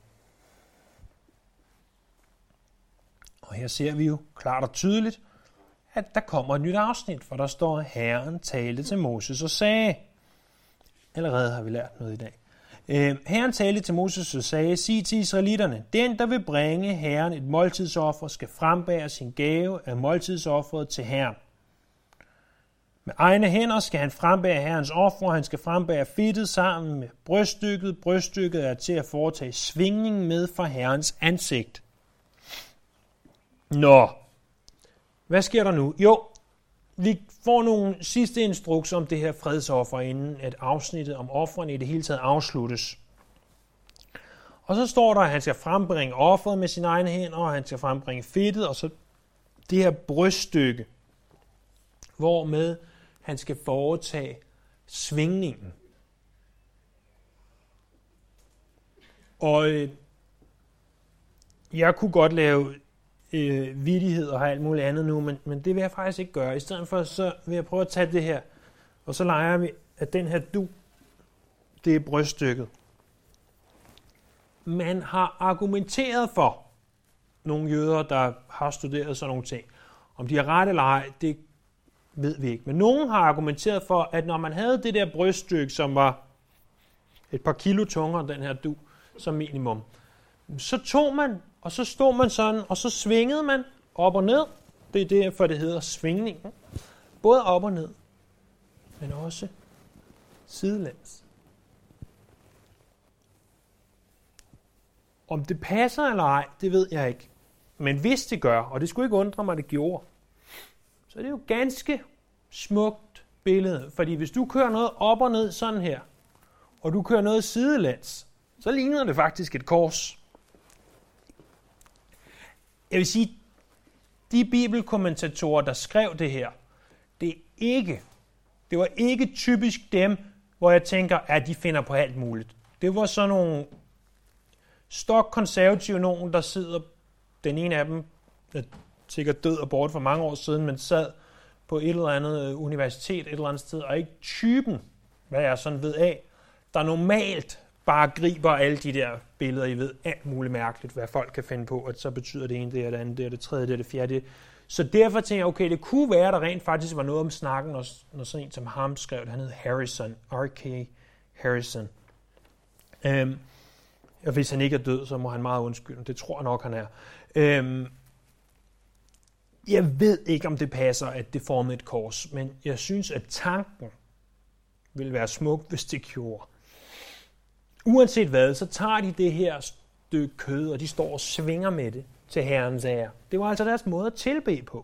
Og her ser vi jo klart og tydeligt, at der kommer et nyt afsnit, for der står, Herren talte til Moses og sagde. Allerede har vi lært noget i dag. Herren talte til Moses og sagde, sig til israelitterne, den, der vil bringe Herren et måltidsoffer, skal frembære sin gave af måltidsofferet til Herren. Med egne hænder skal han frembære Herrens offer, og han skal frembære fedtet sammen med bryststykket. Bryststykket er til at foretage svingning med for Herrens ansigt. Nå, hvad sker der nu? Jo, vi får nogle sidste instrukser om det her fredsoffer, inden at afsnittet om offrene i det hele taget afsluttes. Og så står der, at han skal frembringe offeret med sine egne hænder, og han skal frembringe fedtet, og så det her bryststykke, hvormed han skal foretage svingningen. Og øh, jeg kunne godt lave øh, vittighed og alt muligt andet nu, men, men det vil jeg faktisk ikke gøre. I stedet for, så vil jeg prøve at tage det her, og så leger vi, at den her du, det er bryststykket. Man har argumenteret for, nogle jøder, der har studeret sådan nogle ting. Om de har ret eller ej, det ved vi ikke. Men nogen har argumenteret for, at når man havde det der bryststykke, som var et par kilo tungere end den her du, som minimum, så tog man, og så stod man sådan, og så svingede man op og ned. Det er derfor, det hedder svingningen. Både op og ned, men også sidelæns. Om det passer eller ej, det ved jeg ikke. Men hvis det gør, og det skulle ikke undre mig, det gjorde, så er det jo ganske smukt billede. Fordi hvis du kører noget op og ned sådan her, og du kører noget sidelæns, så ligner det faktisk et kors. Jeg vil sige, de bibelkommentatorer, der skrev det her, det er ikke, det var ikke typisk dem, hvor jeg tænker, at de finder på alt muligt. Det var sådan nogle stok konservative nogen, der sidder, den ene af dem er sikkert død og bort for mange år siden, men sad på et eller andet universitet et eller andet sted, og ikke typen, hvad jeg sådan ved af, der normalt bare griber alle de der billeder, I ved alt muligt mærkeligt, hvad folk kan finde på, at så betyder det ene, det er det andet, det er det tredje, det er det fjerde. Så derfor tænker jeg, okay, det kunne være, at der rent faktisk var noget om snakken, når, når sådan en som ham skrev det. Han hed Harrison, R K Harrison. Øhm, og hvis han ikke er død, så må han meget undskylde. Det tror jeg nok, han er. Øhm, jeg ved ikke, om det passer, at det formede et kors, men jeg synes, at tanken ville være smuk, hvis det gjorde. Uanset hvad, så tager de det her stykke kød, og de står og svinger med det til Herrens ære. Det var altså deres måde at tilbede på.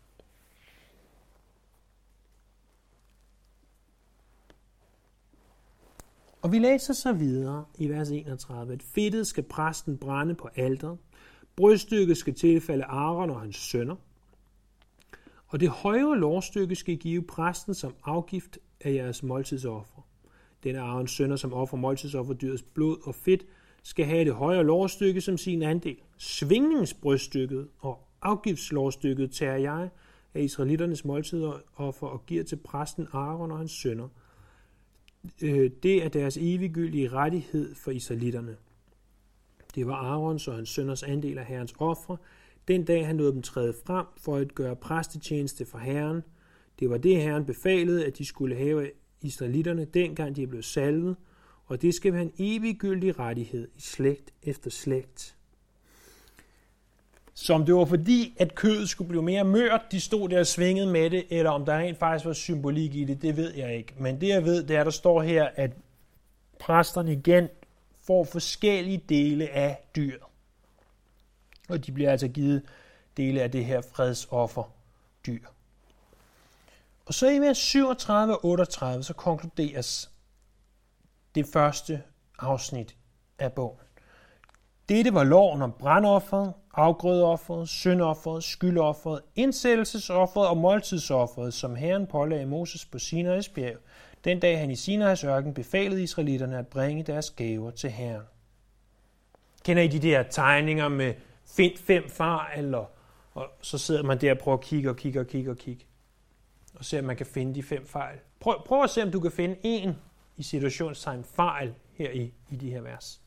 Og vi læser så videre i vers enogtredive, at fedtet skal præsten brænde på alteret, bryststykket skal tilfalde Aaron og hans sønner, og det højre lårstykke skal give præsten som afgift af jeres måltidsoffer. Den af Aarons sønner, som offer måltidsofferdyrets blod og fedt, skal have det højre lårstykke som sin andel. Svingningsbryststykket og afgiftslårstykket tager jeg af israelitternes måltidsoffer og giver til præsten Aaron og hans sønner. Det er deres eviggyldige rettighed for israelitterne. Det var Aarons og hans sønners andel af Herrens ofre, den dag han lod dem træde frem for at gøre præstetjeneste for Herren. Det var det, Herren befalede, at de skulle have israelitterne, dengang de blev salvet, og det skal være en eviggyldig rettighed i slægt efter slægt. Så om det var fordi, at kødet skulle blive mere mørt, de stod der og svingede med det, eller om der rent faktisk var symbolik i det, det ved jeg ikke. Men det jeg ved, det er, at der står her, at præsterne igen får forskellige dele af dyr. Og de bliver altså givet dele af det her fredsoffer dyr. Og så i vers syvogtredive og otteogtredive, så konkluderes det første afsnit af bogen. Dette var loven om brandofferet, afgrødeofferet, syndofferet, skyldofferet, indsættelsesofferet og måltidsofferet, som Herren pålagde Moses på Sinais bjerg, den dag han i Sinais ørken befalede israelitterne at bringe deres gaver til Herren. Kender I de der tegninger med find fem fejl, og, og så sidder man der og prøver at kigge og kigge og kigge og kigge, og se om man kan finde de fem fejl. Prøv, prøv at se, om du kan finde en i situationstegn fejl her i, i de her vers.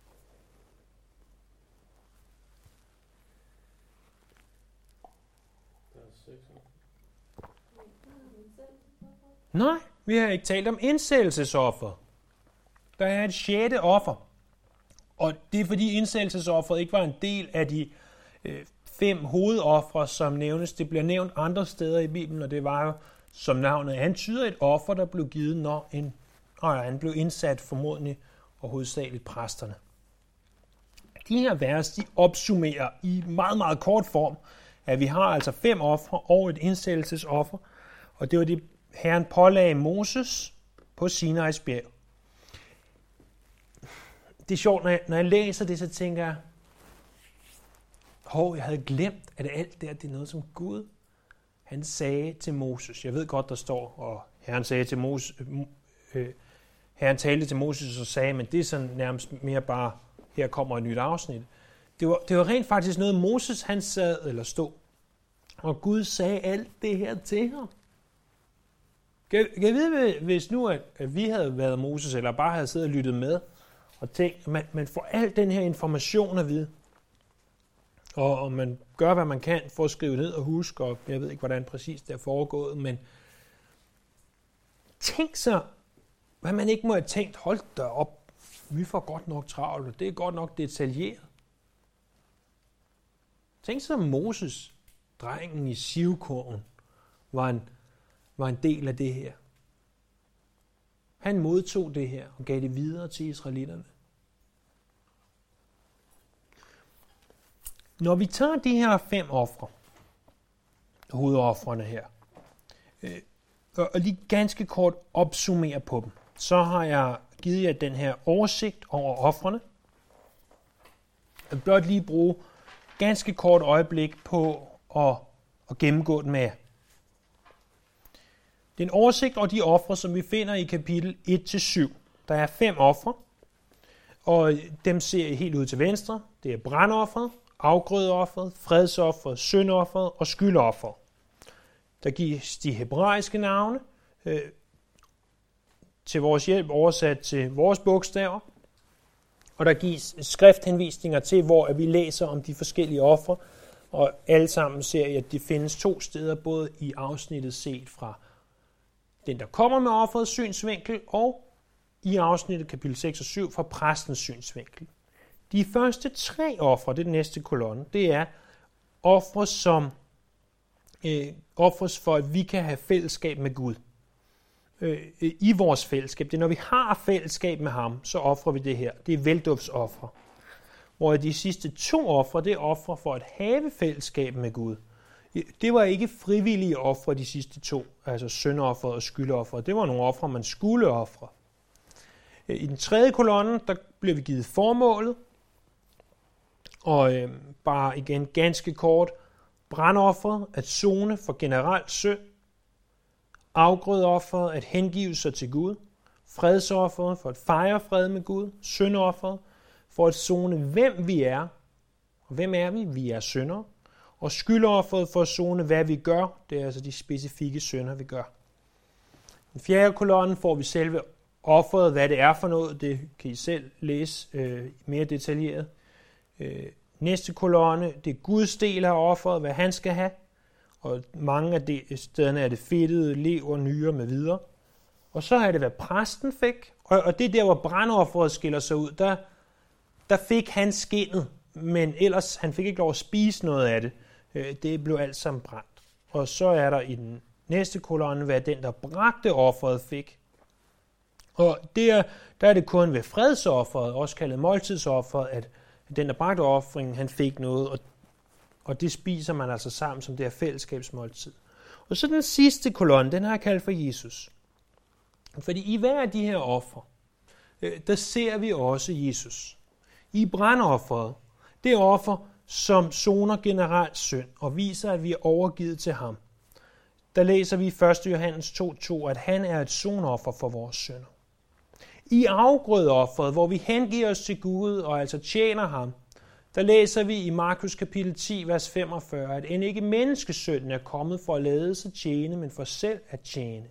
Nej, vi har ikke talt om indsættelsesoffer. Der er et sjette offer. Og det er fordi indsættelsesofferet ikke var en del af de øh, fem hovedofre, som nævnes. Det bliver nævnt andre steder i Bibelen, og det var jo, som navnet antyder, et offer, der blev givet, når en, øh, han blev indsat formodentlig og hovedsageligt præsterne. De her vers, de opsummerer i meget, meget kort form, at vi har altså fem ofre og et indsættelsesoffer, Og det var det, Herren pålagde Moses på Sinais bjerg. Det er sjovt, når jeg, når jeg læser det, så tænker jeg, hov, jeg havde glemt, at alt det, det er noget, som Gud, han sagde til Moses. Jeg ved godt, der står, og Herren sagde til Moses, øh, Herren talte til Moses og sagde, men det er sådan nærmest mere bare, her kommer et nyt afsnit. Det var, det var rent faktisk noget, Moses han sad eller stod, og Gud sagde alt det her til ham. Kan, kan jeg vide, hvis nu, at, at vi havde været Moses, eller bare havde siddet og lyttet med, og tænkt, man, man får al den her information at vide, og, og man gør, hvad man kan for at skrive ned og huske, og jeg ved ikke, hvordan præcis det er foregået, men tænk så, hvad man ikke må have tænkt, hold da op, vi får godt nok travlt, og det er godt nok detaljeret. Tænk så, Moses, drengen i sivkurven, var en, var en del af det her. Han modtog det her og gav det videre til israelitterne. Når vi tager de her fem ofre, hovedofrene her, øh, og lige ganske kort opsummerer på dem, så har jeg givet jer den her oversigt over ofrene. Jeg vil blot lige bruge ganske kort øjeblik på at, at gennemgå den med jer. Det er en oversigt over de ofre, som vi finder i kapitel et til syv. Der er fem ofre, og dem ser I helt ud til venstre. Det er brandofferet, afgrødeofferet, fredsofferet, syndofferet og skyldofferet. Der gives de hebraiske navne øh, til vores hjælp oversat til vores bogstaver, og der gives skrifthenvisninger til, hvor vi læser om de forskellige ofre, og alle sammen ser I, at de findes to steder, både i afsnittet set fra den, der kommer med offerets synsvinkel, og i afsnittet kapitel seks og syv fra præstens synsvinkel. De første tre ofre, det er den næste kolonne, det er ofre, som øh, ofres for, at vi kan have fællesskab med Gud. Øh, I vores fællesskab. Det er, når vi har fællesskab med ham, så offrer vi det her. Det er vældåbsofre. Hvor de sidste to ofre, det er ofre for at have fællesskab med Gud. Det var ikke frivillige ofre, de sidste to, altså syndofferet og skyldofferet. Det var nogle ofre, man skulle ofre. I den tredje kolonne, der blev vi givet formålet, og øh, bare igen ganske kort, brandofferet at sone for generelt synd, afgrødeofferet at hengive sig til Gud, fredsofferet for at fejre fred med Gud, syndofferet for at sone hvem vi er, og hvem er vi? Vi er syndere, og skyldofferet for at sone hvad vi gør, det er altså de specifikke synder vi gør. I den fjerde kolonne får vi selve offeret, hvad det er for noget, det kan I selv læse øh, mere detaljeret. Øh, næste kolonne, det er Guds del af offeret, hvad han skal have, og mange af de stederne er det fedtede, lever, nyrer med videre. Og så er det, hvad præsten fik, og, og det er der, hvor brandofferet skiller sig ud, der, der fik han skindet, men ellers han fik ikke lov at spise noget af det. Øh, det blev alt sammen brændt. Og så er der i den næste kolonne, hvad den, der bragte offeret, fik. Og der, der er det kun ved fredsofferet, også kaldet måltidsofferet, at den, der bragte offringen, han fik noget, og, og det spiser man altså sammen som det her fællesskabsmåltid. Og så den sidste kolonne, den har jeg kaldt for Jesus. Fordi i hver af de her ofre, der ser vi også Jesus. I brandofferet, det er offer, som soner generelt synd og viser, at vi er overgivet til ham. Der læser vi i første Johannes to to, at han er et sonoffer for vores synder. I afgrødeofferet, hvor vi hengiver os til Gud og altså tjener ham, der læser vi i Markus kapitel ti, vers femogfyrre, at end ikke menneskesønnen er kommet for at lade sig tjene, men for selv at tjene.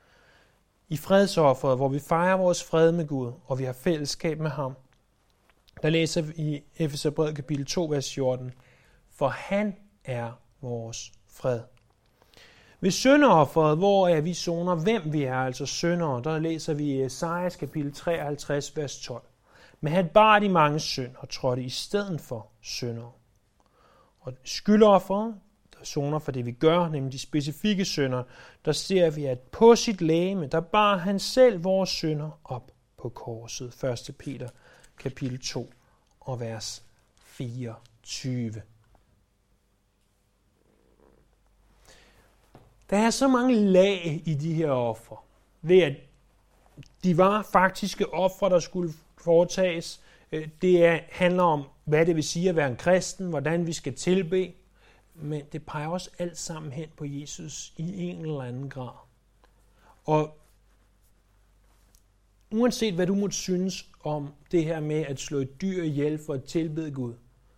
I fredsofferet, hvor vi fejrer vores fred med Gud, og vi har fællesskab med ham, der læser vi i Efeserbrevet kapitel to, vers fjorten, for han er vores fred. Ved syndofferet, hvor er vi soner, hvem vi er, altså syndere, der læser vi i Esajas kapitel treoghalvtreds, vers tolv. Men han bar de mange synd og trådte i stedet for syndere. Og skyldofferet, der soner for det vi gør, nemlig de specifikke synder, der ser vi, at på sit legeme, der bar han selv vores synder op på korset. første Peter kapitel to og vers fireogtyve. Der er så mange lag i de her ofre, ved at de var faktiske ofre, der skulle foretages. Det er, handler om, hvad det vil sige at være en kristen, hvordan vi skal tilbe, men det peger også alt sammen hen på Jesus i en eller anden grad. Og uanset hvad du måtte synes om det her med at slå et dyr ihjel for at tilbede Gud,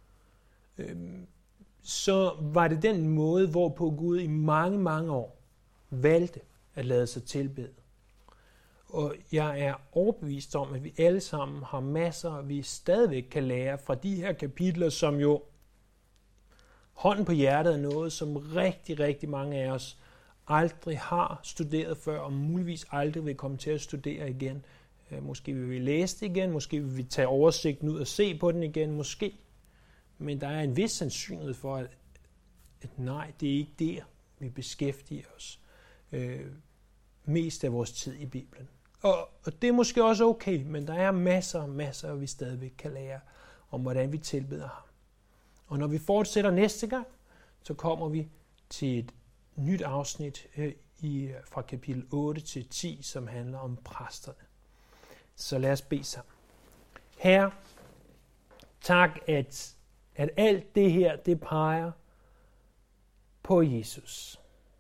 så var det den måde, hvorpå Gud i mange, mange år valgte at lade sig tilbede. Og jeg er overbevist om, at vi alle sammen har masser, vi stadigvæk kan lære fra de her kapitler, som jo hånden på hjertet er noget, som rigtig, rigtig mange af os aldrig har studeret før, og muligvis aldrig vil komme til at studere igen. Måske vil vi læse det igen, måske vil vi tage oversigten ud og se på den igen, måske. Men der er en vis sandsynlighed for, at, at nej, det er ikke der, vi beskæftiger os øh, mest af vores tid i Bibelen. Og, og det er måske også okay, men der er masser og masser, vi stadigvæk kan lære om, hvordan vi tilbeder ham. Og når vi fortsætter næste gang, så kommer vi til et nyt afsnit øh, i, fra kapitel otte til ti, som handler om præsterne. Så lad os bede sammen. Herre, tak, at, at alt det her, det peger på Jesus.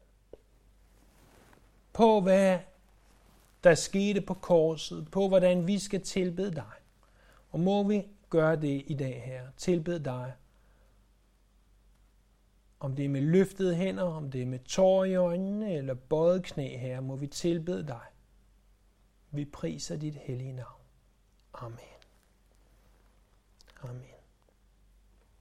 På hvad der skete på korset, på hvordan vi skal tilbede dig. Og må vi gøre det i dag, Herre, tilbede dig. Om det er med løftede hænder, om det er med tårer i øjnene eller bøjet knæ, Herre, må vi tilbede dig. Vi priser dit hellige navn. Amen. Amen.